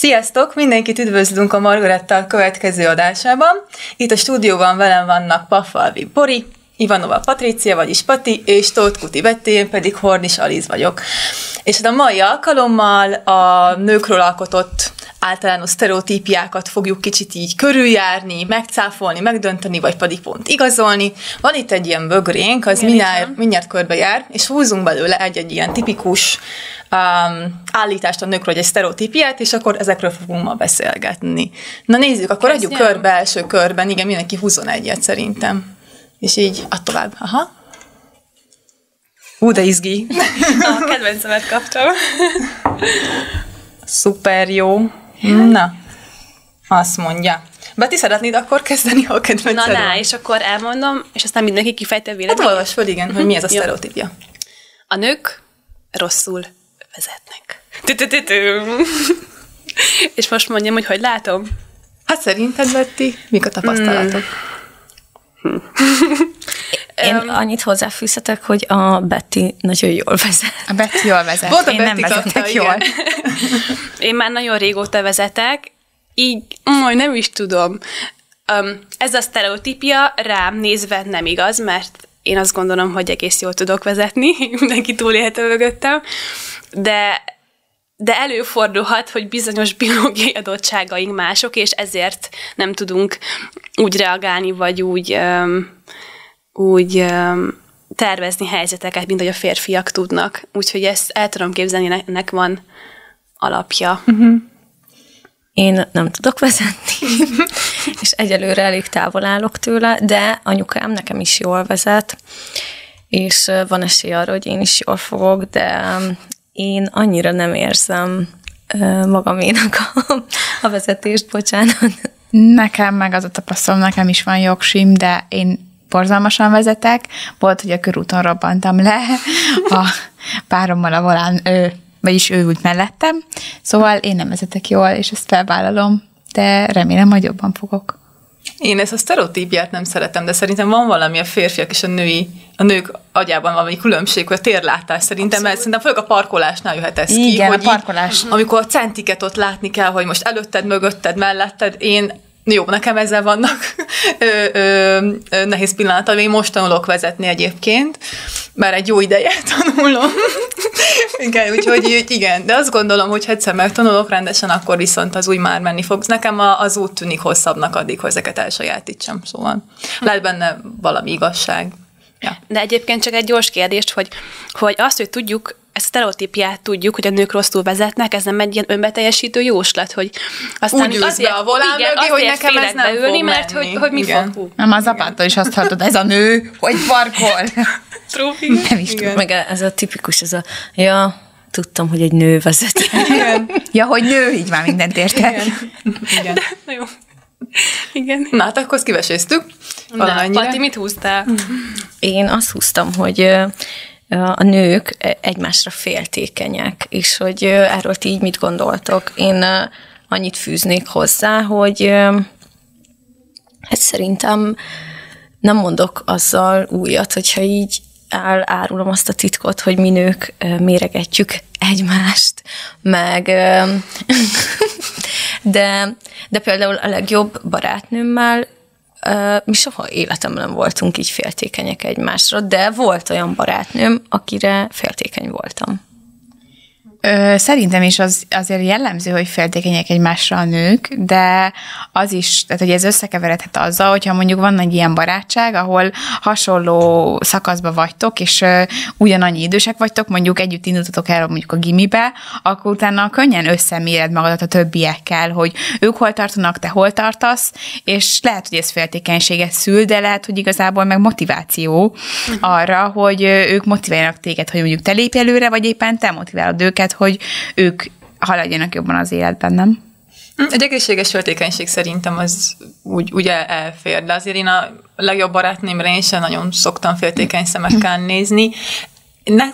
Sziasztok! Mindenkit üdvözlünk a Margarettal következő adásában. Itt a stúdióban velem vannak Pafalvi Bori, Ivanova Patrícia, vagyis Pati, és Tóth Kuti Betty, én pedig Hornis Aliz vagyok. És a mai alkalommal a nőkről alkotott általános sztereotípiákat fogjuk kicsit így körüljárni, megcáfolni, megdönteni, vagy pedig pont igazolni. Van itt egy ilyen bögrénk, az mindjárt körbe jár, és húzunk belőle egy ilyen tipikus állítást a nőkről, egy sztereotípiát, és akkor ezekről fogunk ma beszélgetni. Na nézzük, akkor adjuk körbe első körben, igen, mindenki húzzon egyet szerintem. És így, tovább. Aha. De izgi. A kedvencemet kaptam. Szuper jó. Na, azt mondja. Beti, szeretnéd akkor kezdeni a kedvencedről? Na, és akkor elmondom, és aztán mindenki kifejti a véleményét. Hát olvasd fel, igen, hogy mi ez a sztereotípia. A nők rosszul vezetnek. És most mondjam, hogy látom? Hát szerinted, Betty, mik a tapasztalatok? Én annyit hozzáfűzhetek, hogy a Betty nagyon jól vezet. A Betty jól vezet. Volt a én Betty nem vezetek jól. Én már nagyon régóta vezetek, így majd nem is tudom. Ez a sztereotípia rám nézve nem igaz, mert én azt gondolom, hogy egész jól tudok vezetni, mindenki túlélhető mögöttem, de előfordulhat, hogy bizonyos biológiai adottságaink mások, és ezért nem tudunk úgy reagálni, vagy úgy tervezni helyzeteket, mint hogy a férfiak tudnak. Úgyhogy ezt el tudom képzelni, ennek van alapja. Uh-huh. Én nem tudok vezetni, és egyelőre elég távol állok tőle, de anyukám nekem is jól vezet, és van esély arra, hogy én is jól fogok, de én annyira nem érzem magaménak a vezetést, bocsánat. Nekem meg az a tapasztalom, nekem is van jogsim, de én borzalmasan vezetek. Volt, hogy a körúton robbantam le a párommal a volán, vagyis ő ült mellettem. Szóval én nem vezetek jól, és ezt felvállalom, de remélem, hogy jobban fogok. Én ezt a sztereotípiát nem szeretem, de szerintem van valami a férfiak és a nők agyában valami különbség, hogy a térlátás szerintem, mert szerintem főleg a parkolásnál jöhet ez ki. Igen, hogy a parkolás. Amikor a centiket ott látni kell, hogy most előtted, mögötted, melletted, jó, nekem ezzel vannak nehéz pillanataim. Én most tanulok vezetni egyébként, már egy jó ideje tanulom. Igen, úgyhogy igen, de azt gondolom, hogy ha egyszer megtanulok rendesen, akkor viszont az úgy már menni fog. Nekem az út tűnik hosszabbnak addig, hogy ezeket elsajátítsam, szóval lehet benne valami igazság. Ja. De egyébként csak egy gyors kérdést, hogy azt, hogy tudjuk, ezt a sztereotípiát tudjuk, hogy a nők rosszul vezetnek, ez nem egy ilyen önbeteljesítő jóslat, hogy aztán úgy ülsz be a volán mögé, hogy nekem ez nem beülni, fog mert menni. hogy mi igen. fog. Nem, az apától is azt hallod, ez a nő, hogy parkol. Trófi. Nem is tudom. Meg ez a tipikus, tudtam, hogy egy nő vezet. Igen. Ja, hogy nő, így már mindent értek. Igen. Na jó. Igen. Na, hát akkor ezt kiveséztük. Pati, mit húztál? Én azt húztam, hogy a nők egymásra féltékenyek, és hogy erről ti így mit gondoltok. Én annyit fűznék hozzá, hogy hát szerintem nem mondok azzal újat, hogyha így elárulom azt a titkot, hogy mi nők méregetjük egymást, meg de például a legjobb barátnőmmel mi soha életemben nem voltunk így féltékenyek egymásra, de volt olyan barátnőm, akire féltékeny voltam. Szerintem is azért jellemző, hogy féltékenyek egymásra a nők, de az is, tehát hogy ez összekeveredhet azzal, hogyha mondjuk van egy ilyen barátság, ahol hasonló szakaszban vagytok, és ugyanannyi idősek vagytok, mondjuk együtt indultatok el mondjuk a gimibe, akkor utána könnyen összeméred magadat a többiekkel, hogy ők hol tartanak, te hol tartasz, és lehet, hogy ez féltékenységet szül, de lehet, hogy igazából meg motiváció arra, hogy ők motiváljanak téged, hogy mondjuk te lépj előre, vagy éppen te motiválod őket, hogy ők haladjanak jobban az életben, nem? Egy egészséges féltékenység szerintem az úgy elfér, de azért én a legjobb barátnőmre én sem nagyon szoktam féltékeny szemekkel nézni. Nekem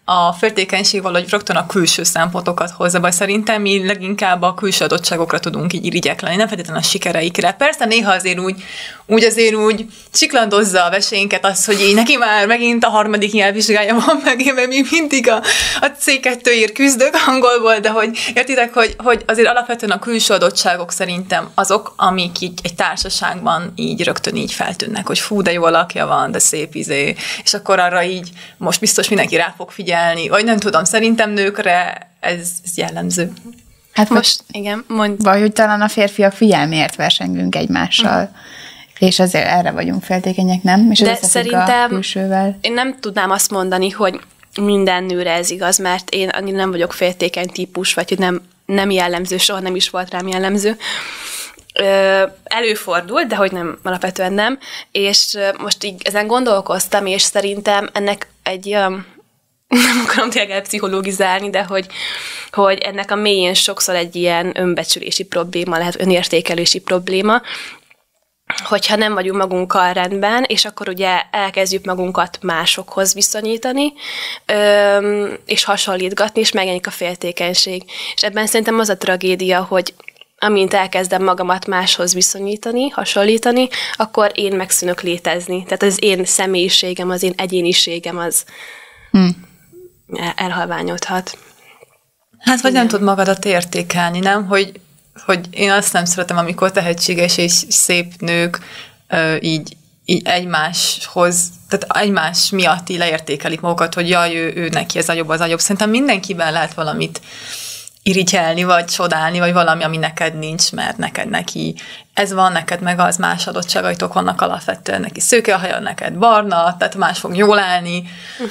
a féltékenység valahogy rögtön a külső szempontokat hozza be. Szerintem mi leginkább a külső adottságokra tudunk így irigyek lenni, nem feltétlenül a sikereikre. Persze néha azért úgy siklandozza a vesénket az, hogy én neki már megint a 3. nyelvvizsgája van, meg én még mindig a C2-ért küzdök angolból, de hogy értitek, hogy azért alapvetően a külső adottságok szerintem azok, amik így egy társaságban így rögtön így feltűnnek, hogy fú, de jó alakja van, de szép és akkor arra így most biztos mindenki rá fog figyelni, vagy nem tudom, szerintem nőkre ez jellemző. Hát most igen, mondj. Vagy hogy talán a férfiak figyelméért versengünk egymással, és azért erre vagyunk féltékenyek, nem? És de szerintem a külsővel. Én nem tudnám azt mondani, hogy minden nőre ez igaz, mert én annyira nem vagyok féltékeny típus, vagy hogy nem jellemző, soha nem is volt rám jellemző. Előfordult, de hogy nem, alapvetően nem, és most így ezen gondolkoztam, és szerintem ennek egy nem akarom tényleg elpszichológizálni, de hogy ennek a mélyén sokszor egy ilyen önbecsülési probléma lehet, önértékelési probléma, hogyha nem vagyunk magunkkal rendben, és akkor ugye elkezdjük magunkat másokhoz viszonyítani, és hasonlítgatni, és megjelenik a féltékenység. És ebben szerintem az a tragédia, hogy amint elkezdem magamat máshoz viszonyítani, hasonlítani, akkor én megszűnök létezni. Tehát az én személyiségem, az én egyéniségem az elhalványodhat. Hát, vagy nem tud magadat értékelni, nem? Hogy én azt nem szeretem, amikor tehetséges és szép nők így egymáshoz, tehát egymás miatt így leértékelik magukat, hogy jaj, ő neki ez a jobb, az a jobb. Szerintem mindenkiben lehet valamit irigyelni, vagy csodálni, vagy valami, ami neked nincs, mert neki ez van, neked meg az, más adottságaitok vannak alapvetően, neki szőke a haja, neked barna, tehát más fog jól állni.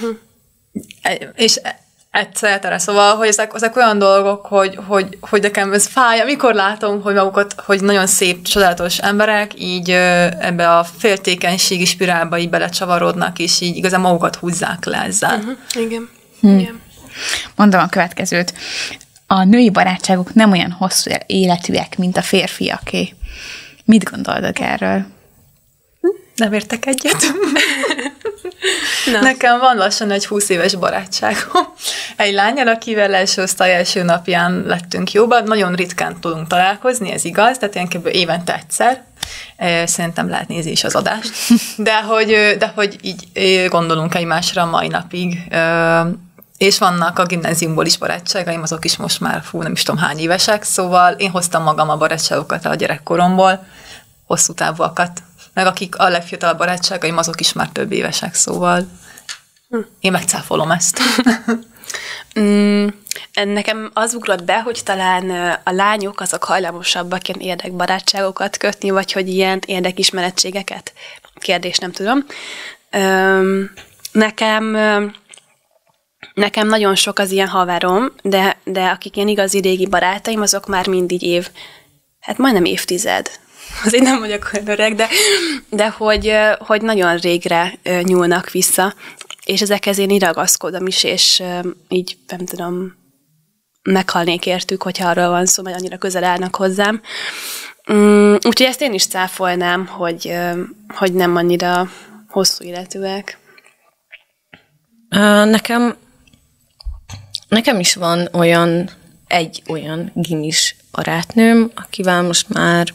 És etc. Szóval, hogy ezek olyan dolgok, hogy nekem ez fáj, amikor látom, hogy magukat, hogy nagyon szép, csodálatos emberek így ebbe a féltékenységi spirálba így belecsavarodnak, és így igazán magukat húzzák le ezzel. Igen. Igen. Mondom a következőt. A női barátságok nem olyan hosszú életűek, mint a férfiaké. Mit gondoltok erről? Nem értek egyet. Nekem van lassan egy 20 éves barátságom. Egy lányal, akivel első osztály első napján lettünk jóban. Nagyon ritkán tudunk találkozni, ez igaz, tehát ilyen kb. Évente egyszer. Szerintem lehet nézni is az adást. De hogy így gondolunk egymásra mai napig. És vannak a gimnáziumból is barátságaim, azok is most már, nem is tudom hány évesek, szóval én hoztam magam a barátságokat a gyerekkoromból, hosszú távúakat, meg akik a legfiatalabb barátságaim, azok is már több évesek, szóval én megcáfolom ezt. Nekem az ugrott be, hogy talán a lányok azok hajlamosabbak ilyen érdekbarátságokat kötni, vagy hogy ilyen érdekismerettségeket. Kérdés, nem tudom. Nekem nagyon sok az ilyen haverom, de akik ilyen igazi régi barátaim, azok már mindig majdnem évtized. Azért nem vagyok olyan öreg, de hogy nagyon régre nyúlnak vissza, és ezekhez én így ragaszkodom is, és így nem tudom, meghalnék értük, hogyha arról van szó, mert annyira közel állnak hozzám. Úgyhogy ezt én is cáfolnám, hogy nem annyira hosszú életűek. Nekem is van egy olyan gimis barátnőm, akivel most már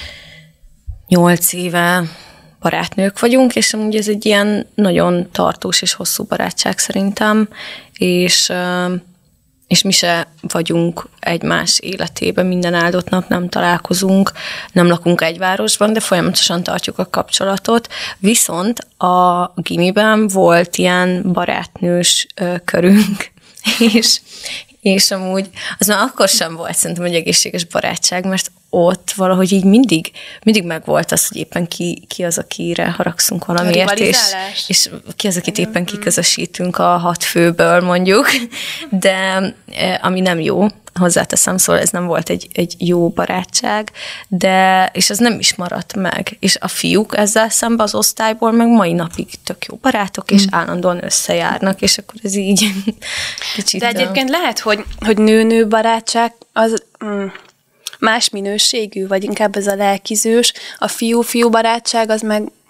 8 éve barátnők vagyunk, és amúgy ez egy ilyen nagyon tartós és hosszú barátság szerintem, és mi se vagyunk egymás életében, minden áldott nap nem találkozunk, nem lakunk egy városban, de folyamatosan tartjuk a kapcsolatot. Viszont a gimiben volt ilyen barátnős körünk, és amúgy az már akkor sem volt szerintem egy egészséges barátság, mert ott valahogy így mindig megvolt az, hogy éppen ki az, akire haragszunk valamiért, és ki az, akit éppen kiközösítünk a 6 főből mondjuk, de ami nem jó, hozzáteszem, szóval ez nem volt egy jó barátság, és ez nem is maradt meg. És a fiúk ezzel szemben az osztályból meg mai napig tök jó barátok, és állandóan összejárnak, és akkor ez így kicsit... De egyébként lehet, hogy nő-nő barátság az más minőségű, vagy inkább ez a lelkizős, a fiú-fiú barátság az meg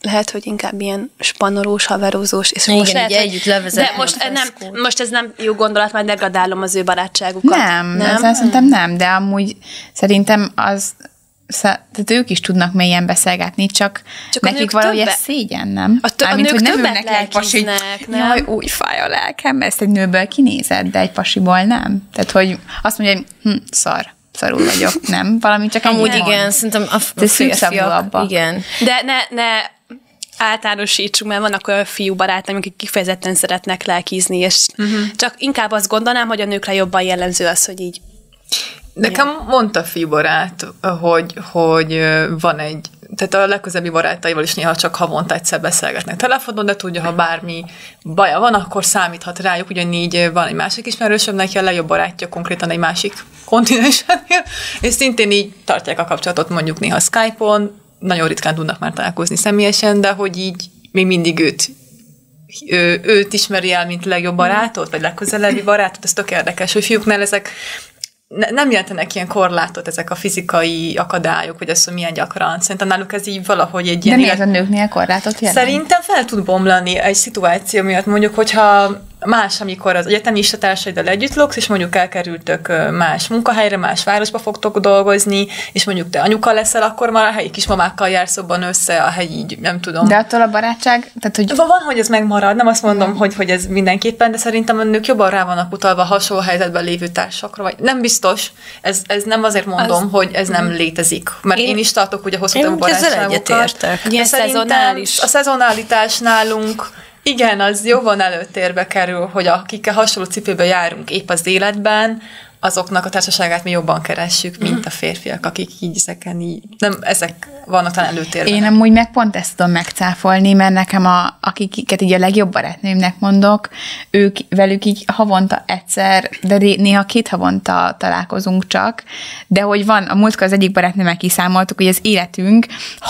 lehet, hogy inkább ilyen spanolós, haverozós, és igen, most lehet, így együtt levezetni de most ez nem jó gondolat, majd degradálom az ő barátságukat. Nem? Szerintem nem, de amúgy szerintem tehát ők is tudnak mélyen beszélgetni, csak nekik valahogy ez szégyen, nem? A nők hogy nem többet lelkiznek, nem? Jaj, úgy fáj a lelkem, ezt egy nőből kinézed, de egy pasiból nem. Tehát, hogy azt mondja, hogy szarul vagyok, nem? Valami csak amúgy igen, szerintem a férfiak, igen. De ne általánosítsuk, mert vannak olyan fiú barátaim, akik kifejezetten szeretnek lelkizni, és csak inkább azt gondolnám, hogy a nőkre jobban jellemző az, hogy így. Nekem mondta fiúbarát, hogy van tehát a legközelebbi barátaival is néha csak havonta egyszer beszélgetnek telefonon, de tudja, ha bármi baja van, akkor számíthat rájuk, ugyanígy van egy másik ismerősöm, neki a legjobb barátja konkrétan egy másik kontinensennél, és szintén így tartják a kapcsolatot mondjuk néha Skype-on, nagyon ritkán tudnak már találkozni személyesen, de hogy így még mindig őt ismeri el, mint legjobb barátot, vagy legközelebbi barátot, ez tök érdekes, hogy fiúknál ezek nem jelentenek ilyen korlátot ezek a fizikai akadályok, hogy hogy milyen gyakran. Szerintem náluk ez így valahogy egy ilyen... De mi ez a nőknél korlátot jelent? Szerintem fel tud bomlani egy szituáció miatt, mondjuk, hogyha más, amikor az egyetemista társaiddal együtt laksz, és mondjuk elkerültök más munkahelyre, más városba fogtok dolgozni, és mondjuk te anyuka leszel, akkor már a helyi kismamákkal jársz abban össze, a helyi, így, nem tudom. De attól a barátság? Tehát, hogy... Van, hogy ez megmarad, nem azt mondom, hogy ez mindenképpen, de szerintem a nők jobban rá vannak utalva hasonló helyzetben lévő társakra, vagy nem biztos, ez nem azért mondom, hogy ez nem létezik, mert én is tartok ugye hosszú távú barátságokat. A szezonalitás nálunk igen, az jobban előtérbe kerül, hogy akikkel hasonló cipőbe járunk épp az életben, azoknak a társaságát mi jobban keressük, mint a férfiak, akik így ezek vannak talán előtérben. Én amúgy meg pont ezt tudom megcáfolni, mert nekem akiket így a legjobb barátnőimnek mondok, velük így havonta egyszer, de néha 2 havonta találkozunk csak, de hogy van, a múltkor az egyik barátnőmmel kiszámoltuk, hogy az életünk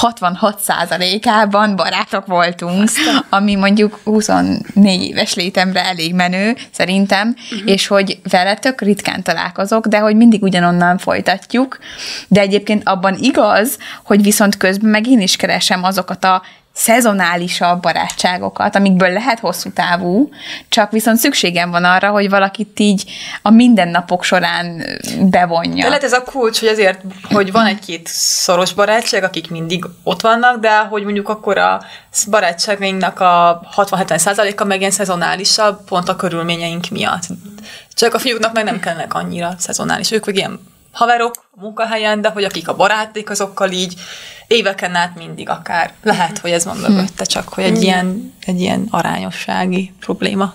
66%-ában barátok voltunk, ami mondjuk 24 éves létemre elég menő, szerintem, és hogy vele tök ritkán találkozok, de hogy mindig ugyanonnan folytatjuk, de egyébként abban igaz, hogy viszont közben meg én is keresem azokat a szezonálisabb barátságokat, amikből lehet hosszú távú, csak viszont szükségem van arra, hogy valakit így a mindennapok során bevonja. De lehet ez a kulcs, hogy azért, hogy van egy-két szoros barátság, akik mindig ott vannak, de hogy mondjuk akkor a barátságainknak a 60-70%-a meg ilyen szezonálisabb, pont a körülményeink miatt. Csak a fiúknak meg nem kellene annyira szezonális. Ők meg ilyen haverok a munkahelyen, de hogy akik a baráték, azokkal így éveken át mindig akár. Lehet, hogy ez van mögötte, csak hogy egy ilyen arányossági probléma.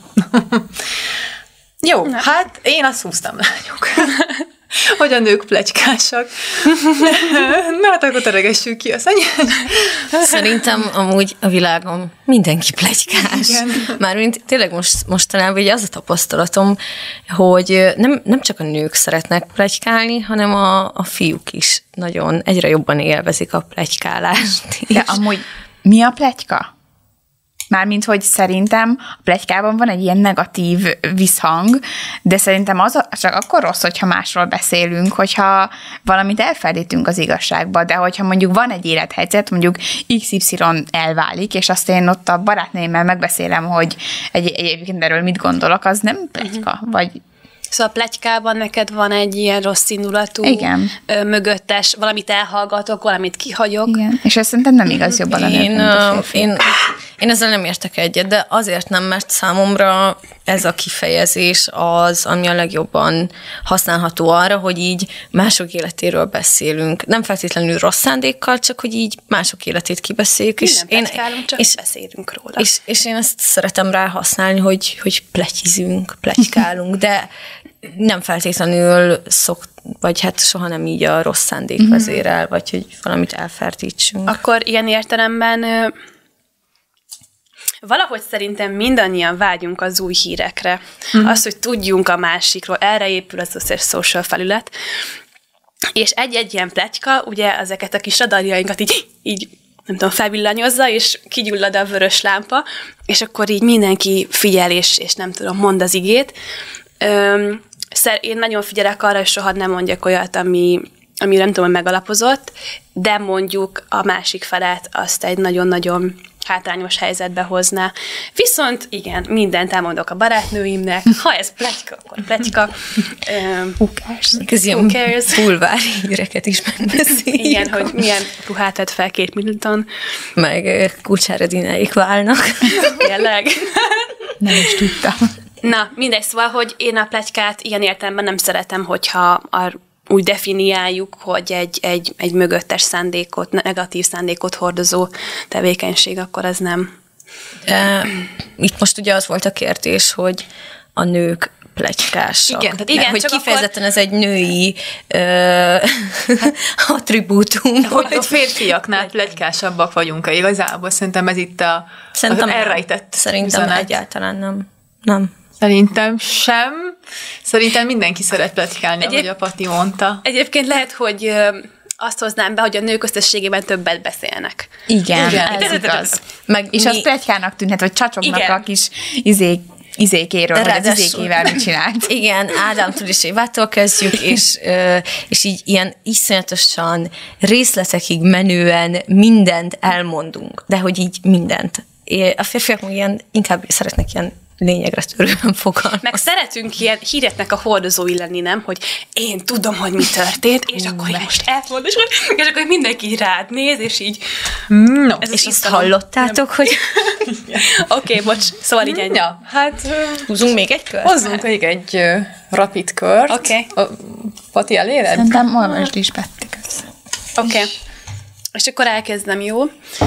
Jó, hát én azt húztam, lányok, hogy a nők pletykásak. Na, hát akkor teregessük ki a szennyet. Szerintem amúgy a világon mindenki pletykás. Mármint tényleg mostanában az a tapasztalatom, hogy nem csak a nők szeretnek pletykálni, hanem a fiúk is nagyon egyre jobban élvezik a pletykálást. De amúgy mi a pletyka? Mármint, hogy szerintem a pletykában van egy ilyen negatív visszhang, de szerintem az csak akkor rossz, hogyha másról beszélünk, hogyha valamit elferdítünk az igazságba, de hogyha mondjuk van egy élethelyzet, mondjuk XY elválik, és azt én ott a barátnőimmel megbeszélem, hogy egyébként erről mit gondolok, az nem pletyka, vagy... Szóval a pletykában neked van egy ilyen rossz indulatú, mögöttes, valamit elhallgatok, valamit kihagyok. Igen, és ezt szerintem nem igaz jobban a nők, Én ezzel nem értek egyet, de azért nem, mert számomra ez a kifejezés az, ami a legjobban használható arra, hogy így mások életéről beszélünk. Nem feltétlenül rossz szándékkal, csak hogy így mások életét kibeszéljük. És beszélünk róla. És én ezt szeretem rá használni, hogy pletykálunk, de nem feltétlenül vagy hát soha nem így a rossz szándék vezérel, vagy hogy valamit elfertítsünk. Akkor ilyen értelemben valahogy szerintem mindannyian vágyunk az új hírekre. Azt, hogy tudjunk a másikról, erre épül az összes social felület. És egy-egy ilyen pletyka, ugye ezeket a kis radarjainkat így nem tudom, felvillanyozza, és kigyullad a vörös lámpa, és akkor így mindenki figyel, és nem tudom, mond az igét. Én nagyon figyelek arra, hogy soha nem mondjak olyat, ami nem tudom, hogy megalapozott, de mondjuk a másik felet azt egy nagyon-nagyon hátrányos helyzetbe hozná. Viszont igen, mindent elmondok a barátnőimnek, ha ez pletyka, akkor pletyka. Ez ilyen bulvári híreket is megbeszéljük. Igen, hogy milyen ruhát vett fel Kate Middleton. Meg Kulcsára Dináig válnak. Tényleg. Nem is tudtam. Na, mindegy, szóval, hogy én a pletykát ilyen értelemben nem szeretem, hogyha úgy definiáljuk, hogy egy mögöttes szándékot, negatív szándékot hordozó tevékenység, akkor az nem. Itt most ugye az volt a kérdés, hogy a nők pletykásak. Igen, hogy csak kifejezetten ez egy női attribútum. Hogy a férfiaknál pletykásabbak vagyunk igazából. Szerintem ez itt az elrejtett Szerintem üzenet. Egyáltalán nem. Szerintem sem. Szerintem mindenki szeret pletykálni, ahogy a Pati mondta. Egyébként lehet, hogy azt hoznám be, hogy a nők összességében többet beszélnek. Igen, ez igaz. És az pletykának tűnhet, hogy csacsognak a kis izékéről, vagy az izékével mit csinált. Igen, Ádámtól és Évától kezdjük, és így ilyen iszonyatosan részletekig menően mindent elmondunk, de hogy így mindent. A férfiak meg ilyen, inkább szeretnek ilyen lényegre törően fogalmazni. Meg szeretünk ilyen híreknek a hordozói lenni, nem? Hogy én tudom, hogy mi történt, és akkor most elmondom, és akkor mindenki rád néz, és így... No. És azt hallottátok, hogy... Oké, bocs, szóval így ennyi. Ja, hát... Húzunk még egy kört? Hozzunk még egy rapid kört. Oké. Pati, eléred? Szerintem olvasd is Bettek össze. Oké. És akkor elkezdem, jó?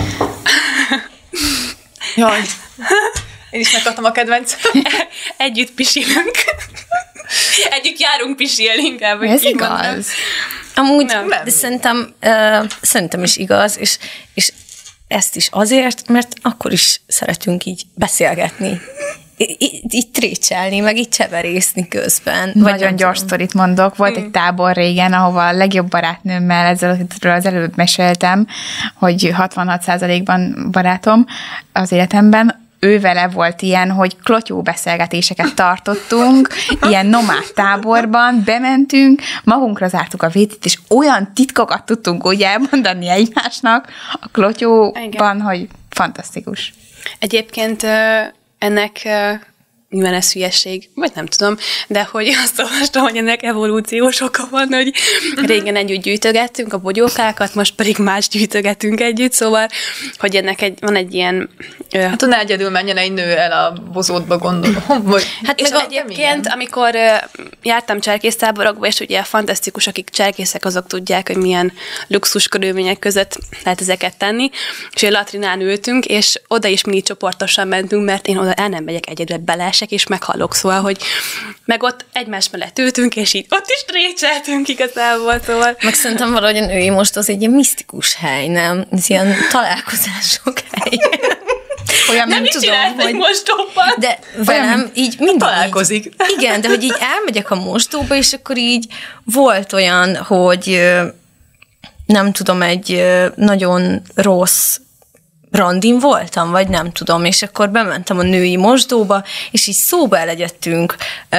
Jaj. Én is megkaptam a kedvenc. Együtt pisilünk. Együtt járunk pisilni inkább. Ez igaz? Amúgy, de szerintem is igaz, és ezt is azért, mert akkor is szeretünk így beszélgetni. Így trécselni, meg így cseverészni közben. Nagyon gyors sztorit mondok. Volt egy tábor régen, ahova a legjobb barátnőmmel, ezzel az előbb meséltem, hogy 66%-ban barátom az életemben, ővele volt ilyen, hogy klotyó beszélgetéseket tartottunk, ilyen nomád táborban, bementünk, magunkra zártuk a vétét, és olyan titkokat tudtunk úgy elmondani egymásnak a klotyóban, hogy fantasztikus. Egyébként ennek nyilván ez hülyeség, vagy nem tudom, de hogy azt olvastam, hogy ennek evolúciós oka van, hogy régen együtt gyűjtögettünk a bogyókákat, most pedig más gyűjtögetünk együtt, szóval, hogy ennek van egy ilyen... Hát ne egyedül menjen egy nő el a bozótba, gondolom. Hát és egyébként, amikor jártam cserkésztáborokba, és ugye fantasztikus, akik cserkészek, azok tudják, hogy milyen luxus körülmények között lehet ezeket tenni, és egy latrinán ültünk, és oda is mindig csoportosan mentünk, mert én oda el nem megyek egyedül, beleesek, és meghallok, szóval, hogy meg ott egymás mellett ültünk, és így ott is trécseltünk igazából, szóval. Meg szerintem valahogy a női most az egy ilyen misztikus hely, nem? Ez ilyen találkozások hely. Olyan, nem tudom, hogy mostóban. De velem így mindig találkozik. Így, igen, de hogy így elmegyek a mostóba, és akkor így volt olyan, hogy nem tudom, egy nagyon rossz randin voltam, vagy nem tudom, és akkor bementem a női mosdóba, és így szóba elegyedtünk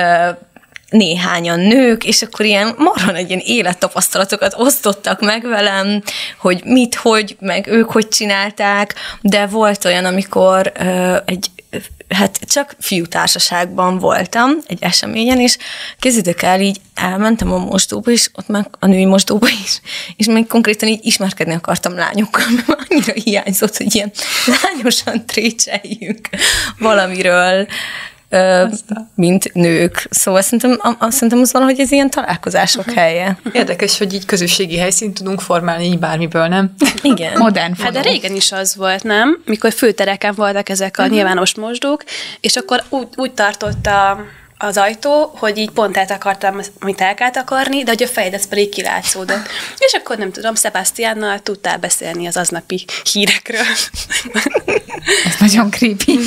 néhányan nők, és akkor ilyen marhan egy ilyen élettapasztalatokat osztottak meg velem, hogy mit, hogy, meg ők hogy csinálták, de volt olyan, amikor hát csak fiútársaságban voltam egy eseményen, és képzeljétek el, így elmentem a mosdóba is, ott meg a női mosdóba is, és még konkrétan így ismerkedni akartam lányokkal, mert annyira hiányzott, hogy ilyen lányosan trécseljünk valamiről, mint nők. Szóval szerintem az valahogy ez ilyen találkozások helye. Érdekes, hogy így közösségi helyszínt tudunk formálni így bármiből, nem? Igen. Modern Hát de régen is az volt, nem? Mikor főtereken voltak ezek a nyilvános mosdók, és akkor úgy tartott az ajtó, hogy így pont át akartam, amit el kellett akarni, de hogy a fejedet pedig kilátszódott. És akkor nem tudom, Sebastiánnal tudtál beszélni az aznapi hírekről. Ez nagyon creepy.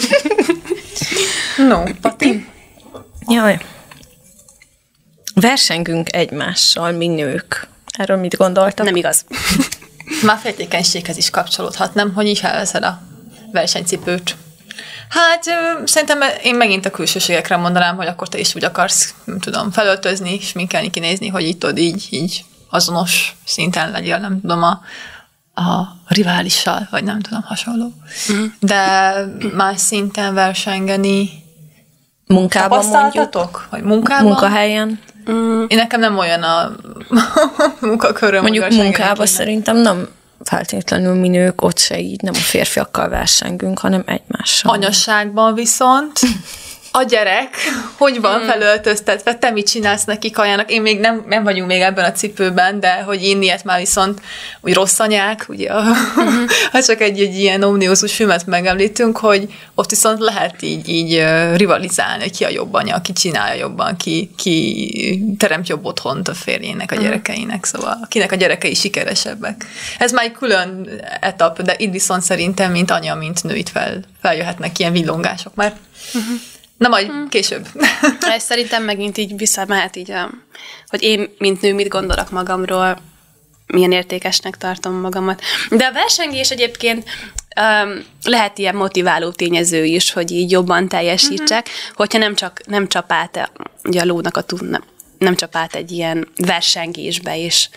No, Pati? Jaj. Versengünk egymással, mi nők. Erről mit gondoltak? Nem igaz. Már féltékenységhez is kapcsolódhat, nem? Hogy így felveszed a versenycipőt. Hát szerintem én megint a külsőségekre mondanám, hogy akkor te is úgy akarsz, nem tudom, felöltözni, sminkelni, kinézni, hogy itt így azonos szinten legyél, nem tudom, a riválissal, vagy nem tudom, hasonló. De más szinten versengeni Munkában tapasztaltatok? Vagy munkában? Munkahelyen. Én nekem nem olyan a munkaköröm. Mondjuk munkában szerintem nem feltétlenül mi nők, ott se így, nem a férfiakkal versengünk, hanem egymással. Anyasságban viszont a gyerek hogy van felöltöztetve, te mit csinálsz neki kajának? Én még nem vagyunk még ebben a cipőben, de hogy én ilyet már viszont úgy rossz anyák, ugye, ha csak egy ilyen omniózus filmet megemlítünk, hogy ott viszont lehet így rivalizálni, hogy ki a jobb anya, ki csinálja jobban, ki teremt jobb otthont a férjének, a gyerekeinek, szóval akinek a gyerekei sikeresebbek. Ez már egy külön etap, de itt viszont szerintem, mint anya, mint nő, itt feljöhetnek ilyen villongások, mert na majd később. Ez szerintem megint így visszamehet így, hogy én, mint nő, mit gondolok magamról, milyen értékesnek tartom magamat. De a versengés egyébként lehet ilyen motiváló tényező is, hogy így jobban teljesítsek, hogyha nem csap át ugye a lónak nem csap át egy ilyen versengésbe is.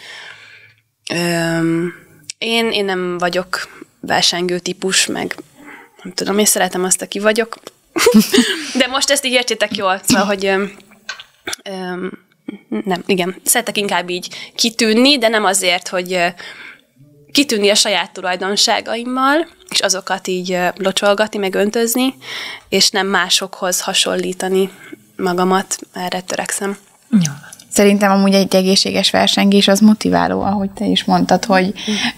Én nem vagyok versengő típus, meg nem tudom, én szeretem azt, aki vagyok. De most ezt így értsétek jól, szóval, hogy nem, igen, szeretek inkább így kitűnni, de nem azért, hogy kitűnni a saját tulajdonságaimmal, és azokat így locsolgatni, meg öntözni, és nem másokhoz hasonlítani magamat, erre törekszem. Jó. Szerintem amúgy egy egészséges versengés az motiváló, ahogy te is mondtad, hogy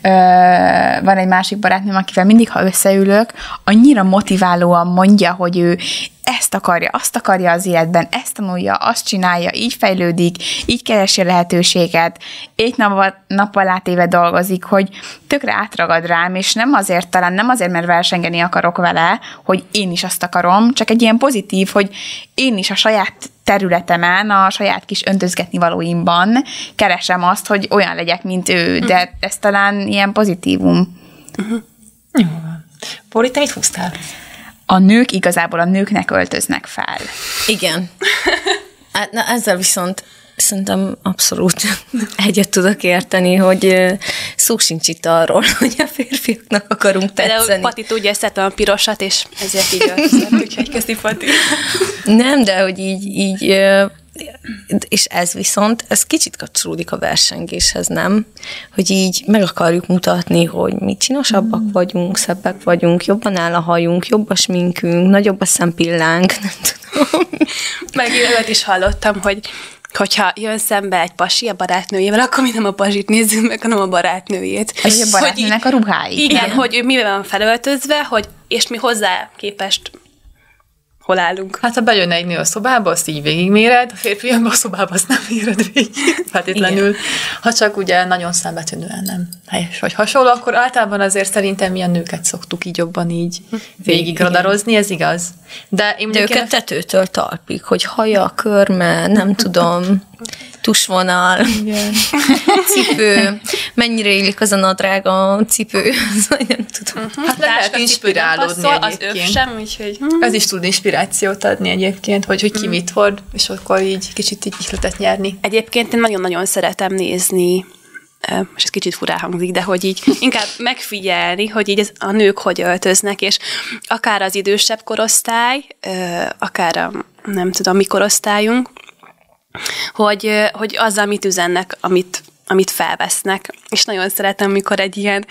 van egy másik barátnőm, akivel mindig, ha összeülök, annyira motiválóan mondja, hogy ő ezt akarja, azt akarja az életben, ezt tanulja, azt csinálja, így fejlődik, így keresi a lehetőséget, 1 nappal átéve dolgozik, hogy tökre átragad rám, és nem azért, mert versengeni akarok vele, hogy én is azt akarom, csak egy ilyen pozitív, hogy én is a saját területemen, a saját kis öntözgetni valóimban keresem azt, hogy olyan legyek, mint ő, de ez talán ilyen pozitívum. Jó van. Pori, te mit húztál? A nők igazából a nőknek öltöznek fel. Igen. Na, ezzel viszont szerintem abszolút egyet tudok érteni, hogy szó sincs itt arról, hogy a férfiaknak akarunk tetszeni. De Pati tudja, szeretem a pirosat, és ezért így öltözem, úgyhogy köszi, Pati. Nem, de hogy így és ez viszont, ez kicsit kapcsolódik a versengéshez, nem? Hogy így meg akarjuk mutatni, hogy mi csinosabbak vagyunk, szebbek vagyunk, jobban áll a hajunk, jobb a sminkünk, nagyobb a szempillánk, nem tudom. Meg olyat is hallottam, hogyha jön szembe egy pasi a barátnőjével, akkor mi nem a pasit nézzük meg, hanem a barátnőjét. És a barátnőnek a ruhái. Igen, hogy ő mivel van felöltözve, és mi hozzá képest hol állunk. Hát ha bejön egy nő a szobába, azt így végigméred, a férfi jön be a szobába, azt nem méred végig, feltétlenül. Igen. Ha csak ugye nagyon szembetűnően nem helyes vagy hasonló, akkor általában azért szerintem mi a nőket szoktuk így jobban így végigradarozni, ez igaz. De őket tetőtől talpig, hogy haja, körme, nem tudom, tusvonal, cipő, mennyire illik az a nadrág a cipő, nem tudom. Hát lehet inspirálódni egyébként. Az öv sem, úgyhogy... Ez is tud inspirációt adni egyébként, hogy ki mit hord, és akkor így kicsit így ihletet nyerni. Egyébként én nagyon-nagyon szeretem nézni, és ez kicsit furán hangzik, de hogy így inkább megfigyelni, hogy így a nők hogy öltöznek, és akár az idősebb korosztály, akár a nem tudom, mi korosztályunk, hogy azzal mit üzennek, amit felvesznek. És nagyon szeretem, mikor egy ilyen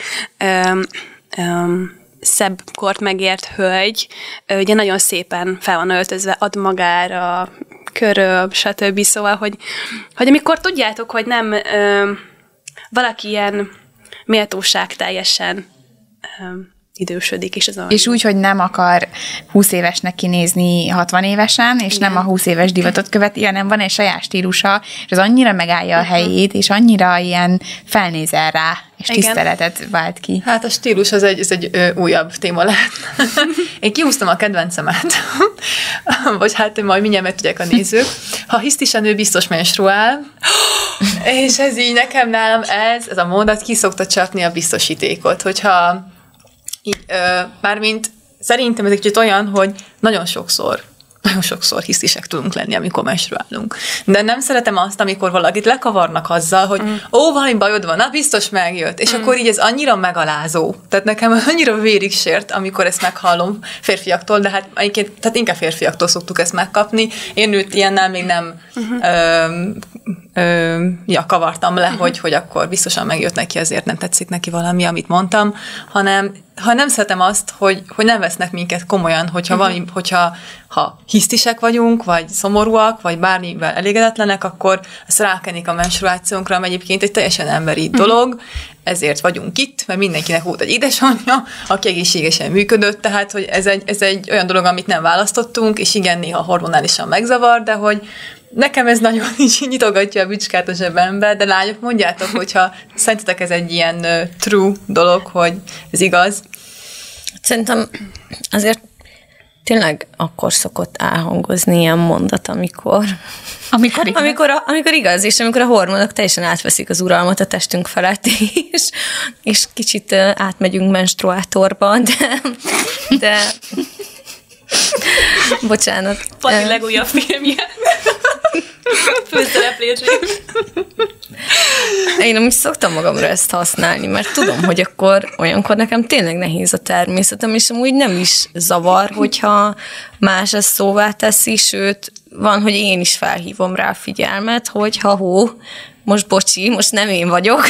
szebb kort megért hölgy, ugye nagyon szépen fel van öltözve, ad magára, köröm, stb. Szóval, hogy amikor tudjátok, hogy nem valaki ilyen méltóság teljesen idősödik. És úgy, hogy nem akar 20 évesnek kinézni 60 évesen, és igen, nem a 20 éves divatot követi, hanem van egy saját stílusa, és az annyira megállja a helyét, és annyira ilyen felnézel rá, és igen, tiszteletet vált ki. Hát a stílus ez egy újabb téma lehet. Én kihúztam a kedvencemet, vagy hát majd mindjárt meg tudják a nézők. Ha hisztis a nő, biztos menstruál, és ez így nálam ez a mondat ki szokta csapni a biztosítékot, hogyha mármint szerintem ez egy kicsit olyan, hogy nagyon sokszor nagyon sokszor hisztisek tudunk lenni, amikor menstruálunk. De nem szeretem azt, amikor valakit lekavarnak azzal, hogy valami bajod van, biztos megjött, és akkor így ez annyira megalázó. Tehát nekem annyira vérig sért, amikor ezt meghallom férfiaktól, de hát egyébként, tehát inkább férfiaktól szoktuk ezt megkapni. Én őt ilyennel még nem kavartam le, hogy akkor biztosan megjött neki, azért nem tetszik neki valami, amit mondtam, hanem nem szeretem azt, hogy nem vesznek minket komolyan, hogyha hisztisek vagyunk, vagy szomorúak, vagy bármivel elégedetlenek, akkor ezt rákenik a menstruációnkra, ami egyébként egy teljesen emberi dolog, ezért vagyunk itt, mert mindenkinek volt egy édesanyja, aki egészségesen működött, tehát hogy ez egy olyan dolog, amit nem választottunk, és igen, néha hormonálisan megzavar, de hogy nekem ez nagyon nyitogatja a bicskát a zsebembe, de lányok, mondjátok, hogyha szerintetek ez egy ilyen true dolog, hogy ez igaz. Szerintem azért tényleg akkor szokott elhangozni ilyen mondat, amikor igaz, és amikor a hormonok teljesen átveszik az uralmat a testünk felett, és kicsit átmegyünk menstruátorba, de bocsánat. Pati legújabb filmje. Főszereplésé. Én amúgy szoktam magamra ezt használni, mert tudom, hogy olyankor nekem tényleg nehéz a természetem, és amúgy nem is zavar, hogyha más ezt szóvá teszi, sőt, van, hogy én is felhívom rá a figyelmet, hogy most bocsi, most nem én vagyok,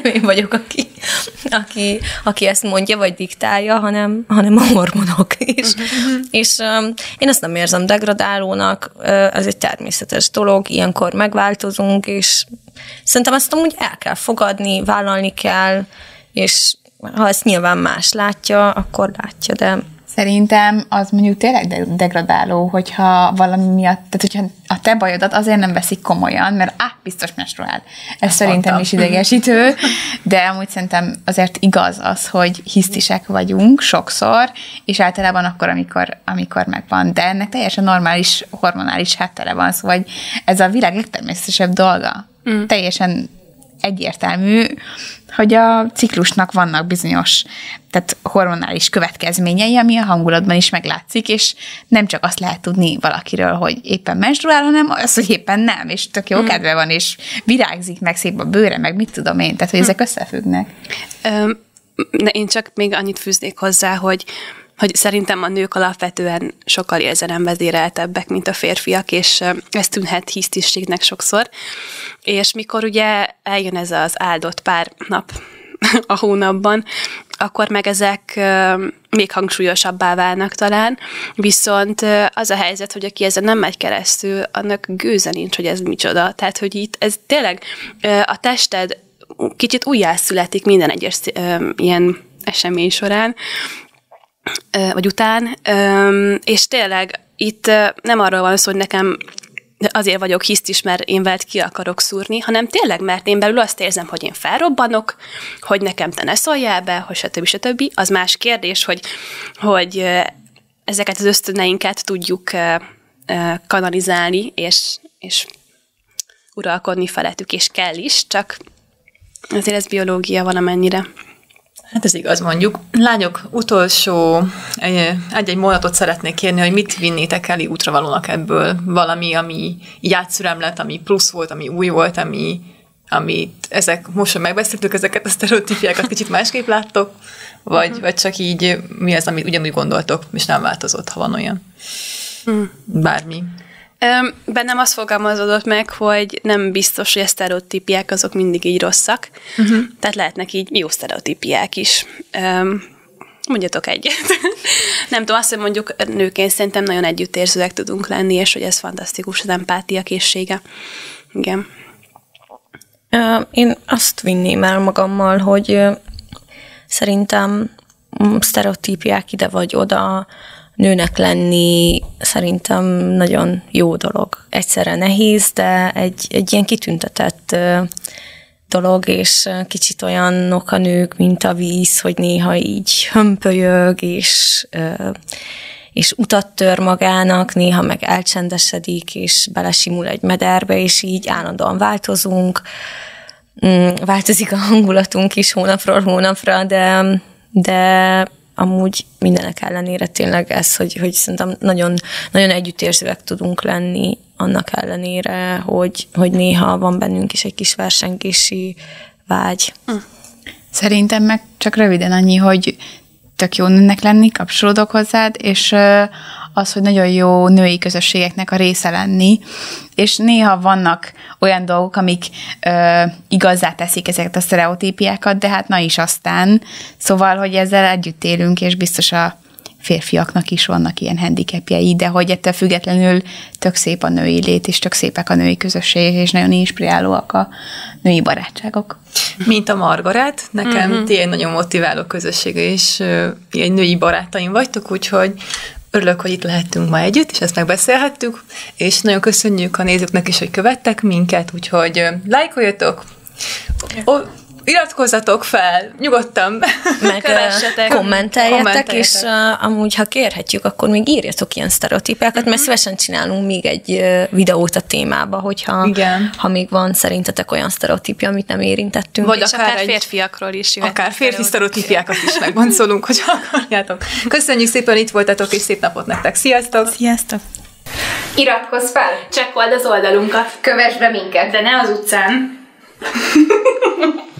aki ezt mondja, vagy diktálja, hanem a hormonok is. És én ezt nem érzem degradálónak, ez egy természetes dolog, ilyenkor megváltozunk, és szerintem ezt amúgy el kell fogadni, vállalni kell, és ha ezt nyilván más látja, akkor látja, de... Szerintem az mondjuk tényleg degradáló, hogyha valami miatt, tehát hogyha a te bajodat azért nem veszik komolyan, mert biztos menstruál. Ez szerintem is idegesítő, de amúgy szerintem azért igaz az, hogy hisztisek vagyunk sokszor, és általában akkor, amikor megvan. De ennek teljesen normális hormonális háttere van, szóval ez a világ legtermészetesebb dolga. Teljesen egyértelmű, hogy a ciklusnak vannak bizonyos, tehát hormonális következményei, ami a hangulatban is meglátszik, és nem csak azt lehet tudni valakiről, hogy éppen menstruál, hanem az, hogy éppen nem, és tök jó kedve van, és virágzik meg szép a bőre, meg mit tudom én, tehát hogy ezek összefüggnek. Én csak még annyit fűznék hozzá, hogy szerintem a nők alapvetően sokkal érzelemvezéreltebbek, mint a férfiak, és ez tűnhet hisztiségnek sokszor. És mikor ugye eljön ez az áldott pár nap a hónapban, akkor meg ezek még hangsúlyosabbá válnak talán, viszont az a helyzet, hogy aki ezen nem megy keresztül, annak gőze nincs, hogy ez micsoda. Tehát, hogy itt ez tényleg a tested kicsit újjászületik minden egyes ilyen esemény során, vagy után, és tényleg itt nem arról van szó, hogy nekem azért vagyok hisztis, mert én veled ki akarok szúrni, hanem tényleg, mert én belül azt érzem, hogy én felrobbanok, hogy nekem te ne szóljál be, hogy stb. Az más kérdés, hogy ezeket az ösztöneinket tudjuk kanalizálni, és uralkodni felettük, és kell is, csak azért ez biológia valamennyire. Hát ez igaz, mondjuk. Lányok, utolsó egy mondatot szeretnék kérni, hogy mit vinnétek el útravalónak ebből. Valami, ami így átszürem lett, ami plusz volt, ami új volt, amit most, hogy megbeszéltük ezeket a sztereotípiákat, kicsit másképp láttok, vagy csak így mi az, amit ugyanúgy gondoltok, és nem változott, ha van olyan. Bármi. Bennem azt fogalmazódott meg, hogy nem biztos, hogy a sztereotípiák azok mindig így rosszak. Tehát lehetnek így jó sztereotípiák is. Mondjatok egyet. Nem tudom, azt, hogy mondjuk nőként szerintem nagyon együttérzőek tudunk lenni, és hogy ez fantasztikus, az empátia készsége. Igen. Én azt vinném el magammal, hogy szerintem sztereotípiák ide vagy oda, nőnek lenni szerintem nagyon jó dolog. Egyszerre nehéz, de egy ilyen kitüntetett dolog, és kicsit olyanok a nők, mint a víz, hogy néha így hömpölyög, és utat tör magának, néha meg elcsendesedik, és belesimul egy mederbe, és így állandóan változunk. Változik a hangulatunk is hónapról hónapra, de amúgy mindenek ellenére tényleg ez, hogy szerintem nagyon, nagyon együttérzőek tudunk lenni, annak ellenére, hogy néha van bennünk is egy kis versengési vágy. Szerintem meg csak röviden annyi, hogy tök jó nőnek lenni, kapcsolódok hozzád, és az, hogy nagyon jó női közösségeknek a része lenni, és néha vannak olyan dolgok, amik igazzá teszik ezeket a sztereotípiákat, de hát na is aztán. Szóval, hogy ezzel együtt élünk, és biztos a férfiaknak is vannak ilyen handicapjei, de hogy ettől függetlenül tök szép a női lét, és tök szépek a női közösségek, és nagyon inspirálóak a női barátságok. Mint a Margaret, nekem ti egy nagyon motiváló közösség, és egy női barátaim vagytok, úgyhogy örülök, hogy itt lehettünk ma együtt, és ezt megbeszélhettük, és nagyon köszönjük a nézőknek is, hogy követtek minket, úgyhogy lájkoljatok, iratkozzatok fel, nyugodtan meg kommenteljetek, és amúgy, ha kérhetjük, akkor még írjatok ilyen sztereotípiákat, mert szívesen csinálunk még egy videót a témába, hogyha ha még van szerintetek olyan sztereotípia, amit nem érintettünk. Vagy akár férfiakról is jöhet. Akár férfi sztereotípiákat is megbontszolunk, hogy akarjátok. Köszönjük szépen, itt voltatok, és szép napot nektek. Sziasztok! Sziasztok! Iratkozz fel! Csekkold az oldalunkat! Kövess be minket! De ne az utcán!